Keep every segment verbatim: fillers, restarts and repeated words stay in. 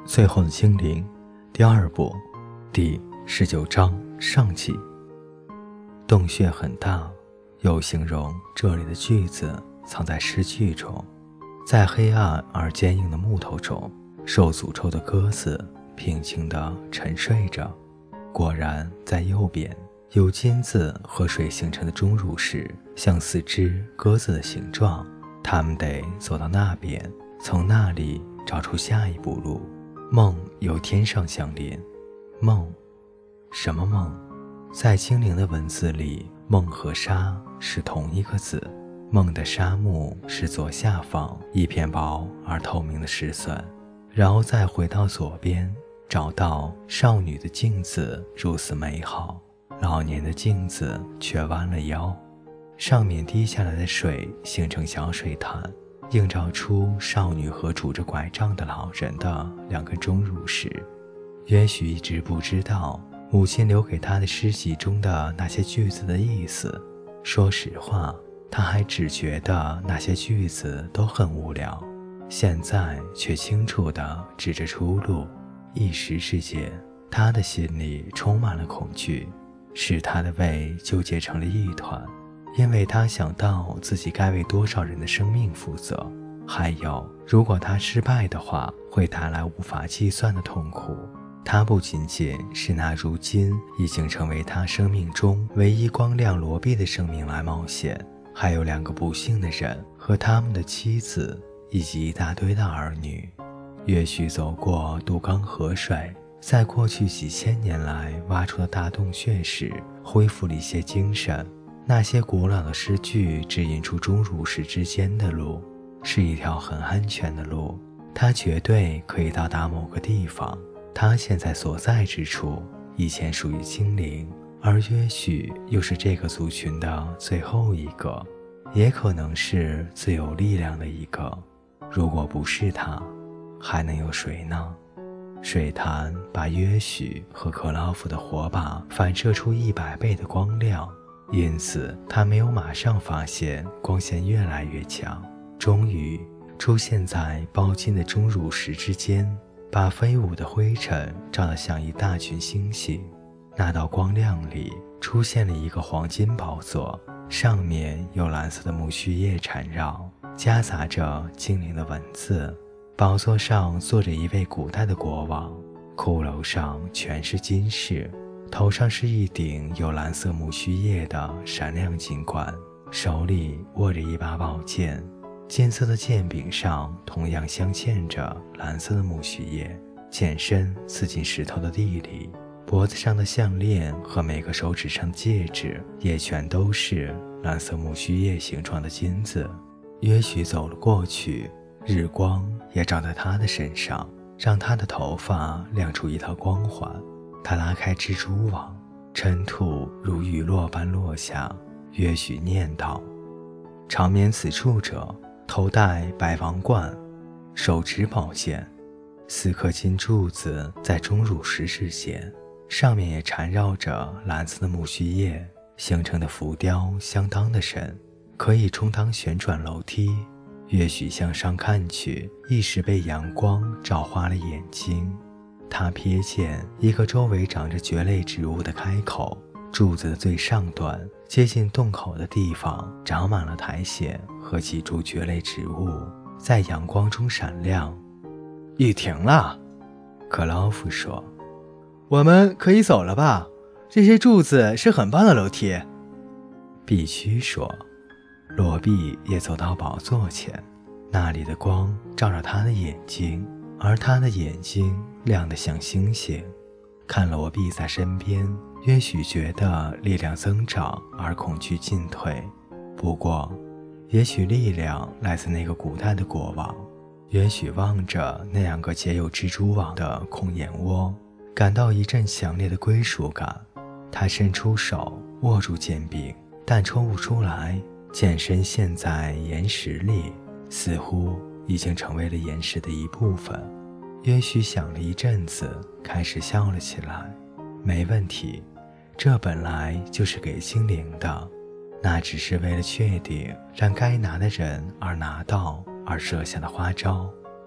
最后的精灵第二部第十九章上集。洞穴很大，又形容这里的句子藏在诗句中。在黑暗而坚硬的木头中，受诅咒的鸽子平静地沉睡着。果然在右边，由金子和水形成的钟乳石像四只鸽子的形状，它们得走到那边，从那里找出下一步路。梦由天上相连。梦，什么梦？在精灵的文字里，梦和沙是同一个字。梦的沙目是左下方一片薄而透明的石笋，然后再回到左边，找到少女的镜子如此美好，老年的镜子却弯了腰，上面滴下来的水形成小水潭，映照出少女和拄着拐杖的老人的两根钟乳石。也许一直不知道母亲留给他的诗集中的那些句子的意思。说实话，他还只觉得那些句子都很无聊，现在却清楚地指着出路。一时之间，他的心里充满了恐惧，使他的胃纠结成了一团，因为他想到自己该为多少人的生命负责，还有如果他失败的话，会带来无法计算的痛苦。他不仅仅是拿如今已经成为他生命中唯一光亮罗毕的生命来冒险，还有两个不幸的人和他们的妻子，以及一大堆的儿女。也许走过杜冈河水，在过去几千年来挖出的大洞穴时恢复了一些精神。那些古老的诗句指引出钟乳石之间的路，是一条很安全的路，它绝对可以到达某个地方。他现在所在之处以前属于精灵，而也许又是这个族群的最后一个，也可能是最有力量的一个。如果不是他，还能有谁呢？水潭把约许和克劳夫的火把反射出一百倍的光亮，因此他没有马上发现光线越来越强，终于出现在包金的钟乳石之间，把飞舞的灰尘照得像一大群星星。那道光亮里出现了一个黄金宝座，上面有蓝色的木须叶缠绕，夹杂着精灵的文字。宝座上坐着一位古代的国王，骷髅上全是金饰，头上是一顶有蓝色木须叶的闪亮金冠，手里握着一把宝剑，金色的剑柄上同样镶嵌着蓝色的木须叶，剑身刺进石头的地里，脖子上的项链和每个手指上的戒指也全都是蓝色木须叶形状的金子。也许走了过去，日光也照在他的身上，让他的头发亮出一道光环。他拉开蜘蛛网，尘土如雨落般落下。也许念道：长眠此处者，头戴白王冠，手持宝剑。四颗金柱子在钟乳石之间，上面也缠绕着蓝色的木须叶，形成的浮雕相当的深，可以充当旋转楼梯。也许向上看去，一时被阳光照花了眼睛。他瞥见一个周围长着蕨类植物的开口，柱子的最上端接近洞口的地方长满了苔藓和几株蕨类植物，在阳光中闪亮。雨停了，克劳夫说，我们可以走了吧？这些柱子是很棒的楼梯。必须说，罗毕也走到宝座前，那里的光照着他的眼睛，而他的眼睛亮得像星星。看罗毕在身边，也许觉得力量增长而恐惧进退，不过也许力量来自那个古代的国王，也许望着那两个结有蜘蛛网的空眼窝，感到一阵强烈的归属感。他伸出手握住剑柄，但抽不出来，剑身陷在岩石里，似乎已经成为了岩石的一部分。也许想了一阵子，开始笑了起来。没问题，这本来就是给精灵的，那只是为了确定让该拿的人而拿到而设下的花招。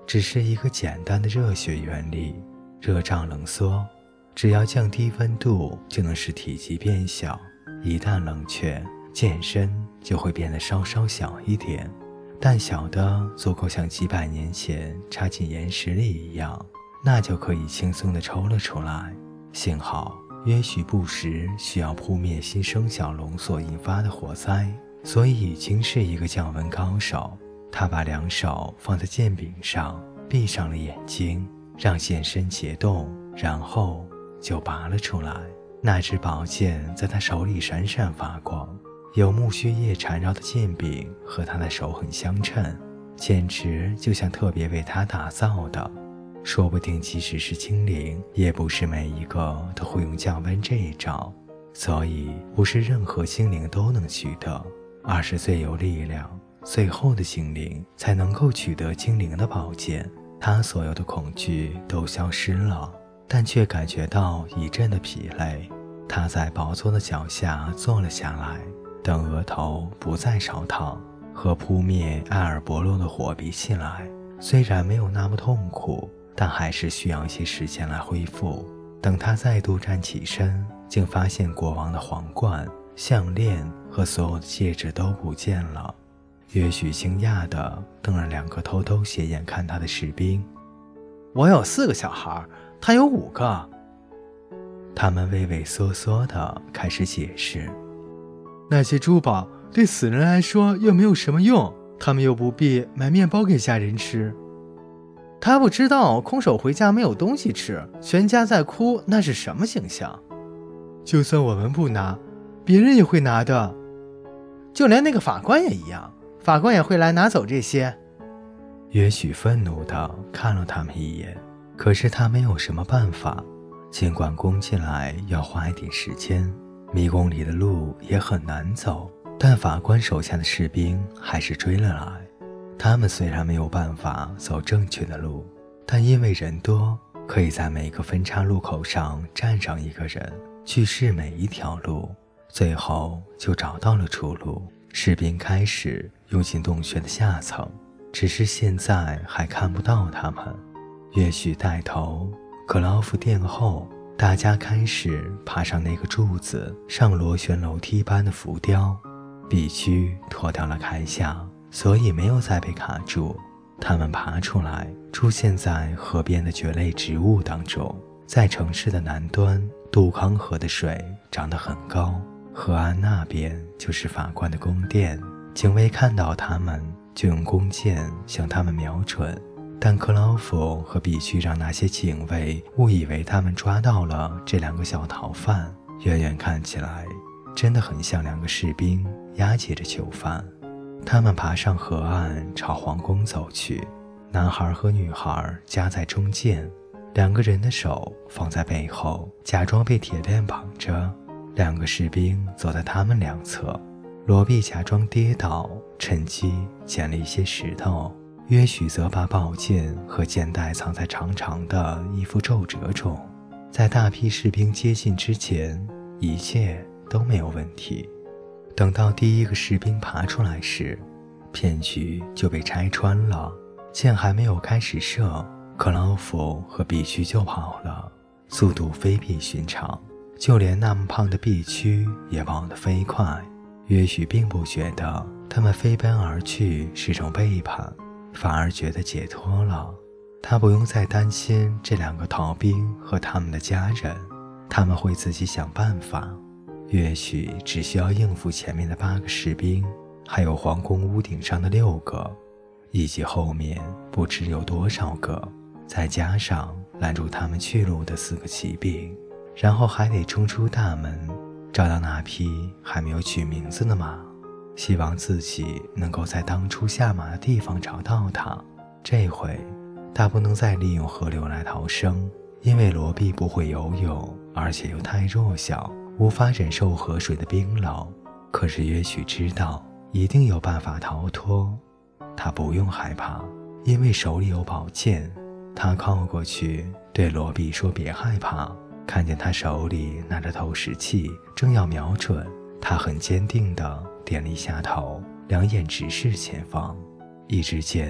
只是一个简单的热血原理，热胀冷缩，只要降低温度就能使体积变小，一旦冷却，剑身就会变得稍稍小一点，但小的足够像几百年前插进岩石里一样，那就可以轻松地抽了出来。幸好约许不时需要扑灭新生小龙所引发的火灾，所以已经是一个降温高手。他把两手放在剑柄上，闭上了眼睛，让剑身结冻，然后就拔了出来。那支宝剑在他手里闪闪发光，有木须叶缠绕的剑柄和他的手很相称，简直就像特别为他打造的。说不定即使是精灵，也不是每一个都会用降温这一招，所以不是任何精灵都能取得，而是最有力量最后的精灵才能够取得精灵的宝剑。他所有的恐惧都消失了，但却感觉到一阵的疲累。他在宝座的脚下坐了下来，等额头不再烧烫，和扑灭埃尔伯洛的火比起来，虽然没有那么痛苦，但还是需要一些时间来恢复。等他再度站起身，竟发现国王的皇冠、项链和所有的戒指都不见了。约许惊讶地瞪了两个偷偷斜眼看他的士兵。 我有四个小孩，他有五个。 他们畏畏缩缩地开始解释。 那些珠宝对死人来说又没有什么用，他们又不必买面包给家人吃。他不知道空手回家没有东西吃，全家在哭，那是什么形象？就算我们不拿，别人也会拿的，就连那个法官也一样，法官也会来拿走这些。 约许愤怒地看了他们一眼，可是他没有什么办法，尽管攻进来要花一点时间，迷宫里的路也很难走，但法官手下的士兵还是追了来。他们虽然没有办法走正确的路，但因为人多，可以在每个分岔路口上站上一个人，去试每一条路，最后就找到了出路。士兵开始涌进洞穴的下层，只是现在还看不到他们。约许带头，克劳夫殿后，大家开始爬上那个柱子上螺旋楼梯般的浮雕。必须脱掉了铠甲，所以没有再被卡住。他们爬出来，出现在河边的蕨类植物当中。在城市的南端，杜康河的水涨得很高，河岸那边就是法官的宫殿。警卫看到他们，就用弓箭向他们瞄准，但克劳夫和必须让那些警卫误以为他们抓到了这两个小逃犯，远远看起来真的很像两个士兵押解着囚犯。他们爬上河岸，朝皇宫走去，男孩和女孩夹在中间，两个人的手放在背后，假装被铁链绑着。两个士兵走在他们两侧，罗毕假装跌倒，趁机捡了一些石头。约许则把宝剑和剑带藏在长长的衣服皱褶中。在大批士兵接近之前，一切都没有问题。等到第一个士兵爬出来时，骗局就被拆穿了。箭还没有开始射，克劳夫和必须就跑了，速度非比寻常，就连那么胖的必须也跑得飞快。约许并不觉得他们飞奔而去是种背叛，反而觉得解脱了。他不用再担心这两个逃兵和他们的家人，他们会自己想办法。也许只需要应付前面的八个士兵，还有皇宫屋顶上的六个，以及后面不知有多少个，再加上拦住他们去路的四个骑兵，然后还得冲出大门，找到那匹还没有取名字的马，希望自己能够在当初下马的地方找到它。这回他不能再利用河流来逃生，因为罗毕不会游泳，而且又太弱小，无法忍受河水的冰冷。可是也许知道一定有办法逃脱，他不用害怕，因为手里有宝剑。他靠过去对罗毕说别害怕，看见他手里拿着透视器正要瞄准，他很坚定地点了一下头，两眼直视前方。一支箭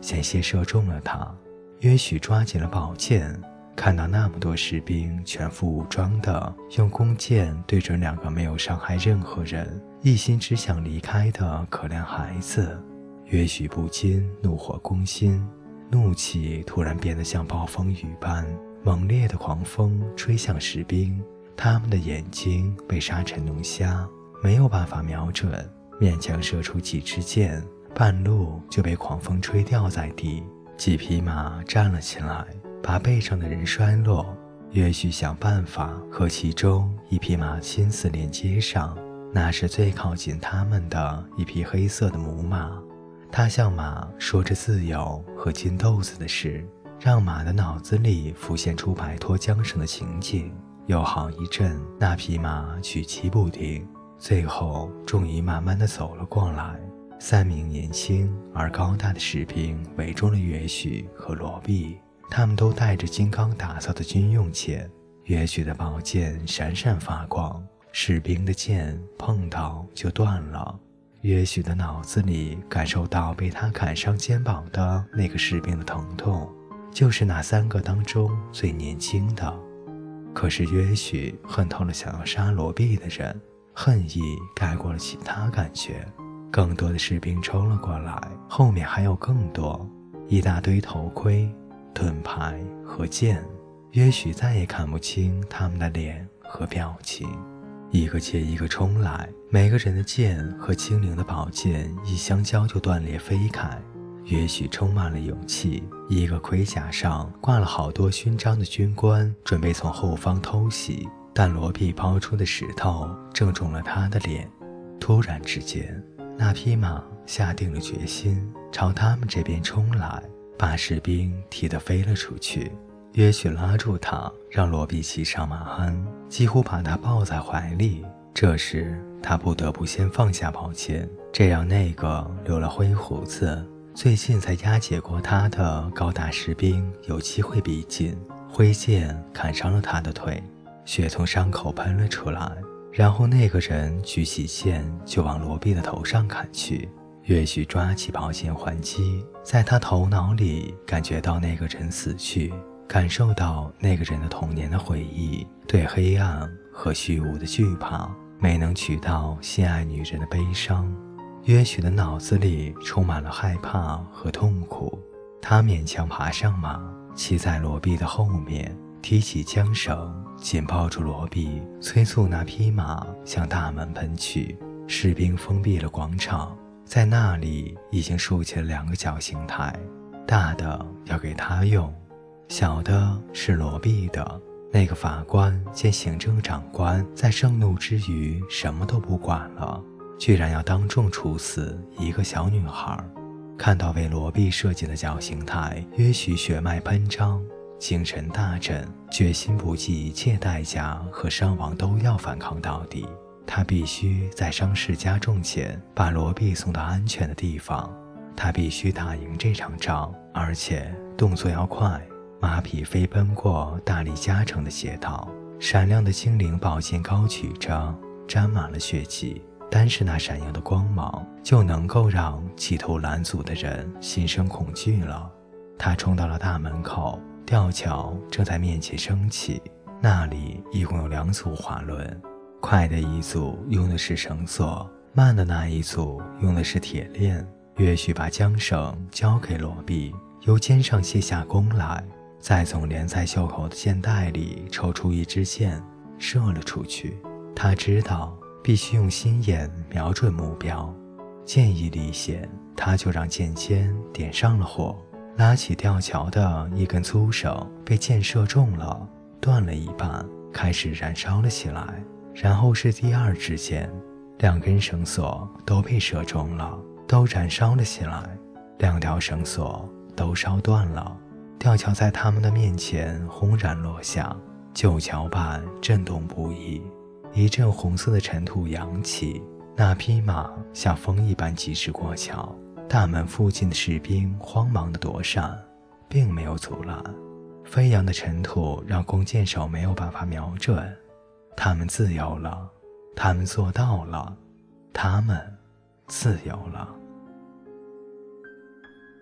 险些射中了他。约许抓紧了宝剑，看到那么多士兵全副武装的用弓箭对准两个没有伤害任何人、一心只想离开的可怜孩子，约许不禁怒火攻心，怒气突然变得像暴风雨般猛烈的狂风吹向士兵，他们的眼睛被沙尘弄瞎，没有办法瞄准，勉强射出几支箭，半路就被狂风吹掉在地。几匹马站了起来，把背上的人摔落。约许想办法和其中一匹马心思连接上，那是最靠近他们的一匹黑色的母马。他向马说着自由和金豆子的事，让马的脑子里浮现出摆脱缰绳的情景。有好一阵，那匹马举棋不定，最后终于慢慢地走了过来。三名年轻而高大的士兵围住了约许和罗毕，他们都带着金刚打造的军用剑。约许的宝剑闪闪发光，士兵的剑碰到就断了。约许的脑子里感受到被他砍伤肩膀的那个士兵的疼痛，就是那三个当中最年轻的。可是约许恨透了想要杀罗毕的人，恨意盖过了其他感觉。更多的士兵冲了过来，后面还有更多，一大堆头盔、盾牌和剑，约许再也看不清他们的脸和表情。一个接一个冲来，每个人的剑和精灵的宝剑一相交就断裂飞开。约许充满了勇气，一个盔甲上挂了好多勋章的军官准备从后方偷袭，但罗毕抛出的石头正中了他的脸。突然之间，那匹马下定了决心，朝他们这边冲来，把士兵踢得飞了出去。约许拉住他，让罗毕骑上马鞍，几乎把他抱在怀里。这时他不得不先放下宝剑，这让那个留了灰胡子、最近才押解过他的高大士兵有机会逼近。挥剑砍伤了他的腿，血从伤口喷了出来。然后那个人举起剑就往罗毕的头上砍去。约许抓起宝剑还击，在他头脑里感觉到那个人死去，感受到那个人的童年的回忆，对黑暗和虚无的惧怕，没能娶到心爱女人的悲伤。约许的脑子里充满了害怕和痛苦，他勉强爬上马，骑在罗毕的后面，提起缰绳，紧抱住罗毕，催促那匹马向大门奔去。士兵封闭了广场，在那里已经竖起了两个绞刑台，大的要给他用，小的是罗毕的。那个法官见行政长官在盛怒之余什么都不管了，居然要当众处死一个小女孩。看到为罗毕设计的绞刑台，约许血脉喷张，精神大振，决心不计一切代价和伤亡都要反抗到底。他必须在伤势加重前把罗毕送到安全的地方，他必须打赢这场仗，而且动作要快。马匹飞奔过大力加成的街道，闪亮的精灵宝剑高举着，沾满了血迹，单是那闪耀的光芒就能够让企图拦阻的人心生恐惧了。他冲到了大门口，吊桥正在面前升起，那里一共有两组滑轮，快的一组用的是绳索，慢的那一组用的是铁链。约许把缰绳交给罗毕，由肩上卸下弓来，再从连在袖口的箭袋里抽出一支箭，射了出去。他知道必须用心眼瞄准目标，箭一离弦，他就让箭尖点上了火。拉起吊桥的一根粗绳被箭射中了，断了一半，开始燃烧了起来。然后是第二支箭，两根绳索都被射中了，都燃烧了起来，两条绳索都烧断了。吊桥在他们的面前轰然落下，旧桥板震动不已，一阵红色的尘土扬起，那匹马像风一般疾驰过桥。大门附近的士兵慌忙地躲闪，并没有阻拦。飞扬的尘土让弓箭手没有办法瞄准。他们自由了，他们做到了，他们自由了。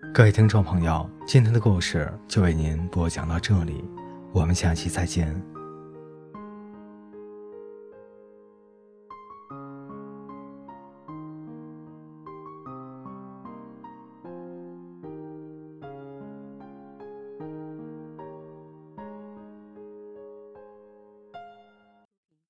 各位听众朋友，今天的故事就为您播讲到这里，我们下期再见。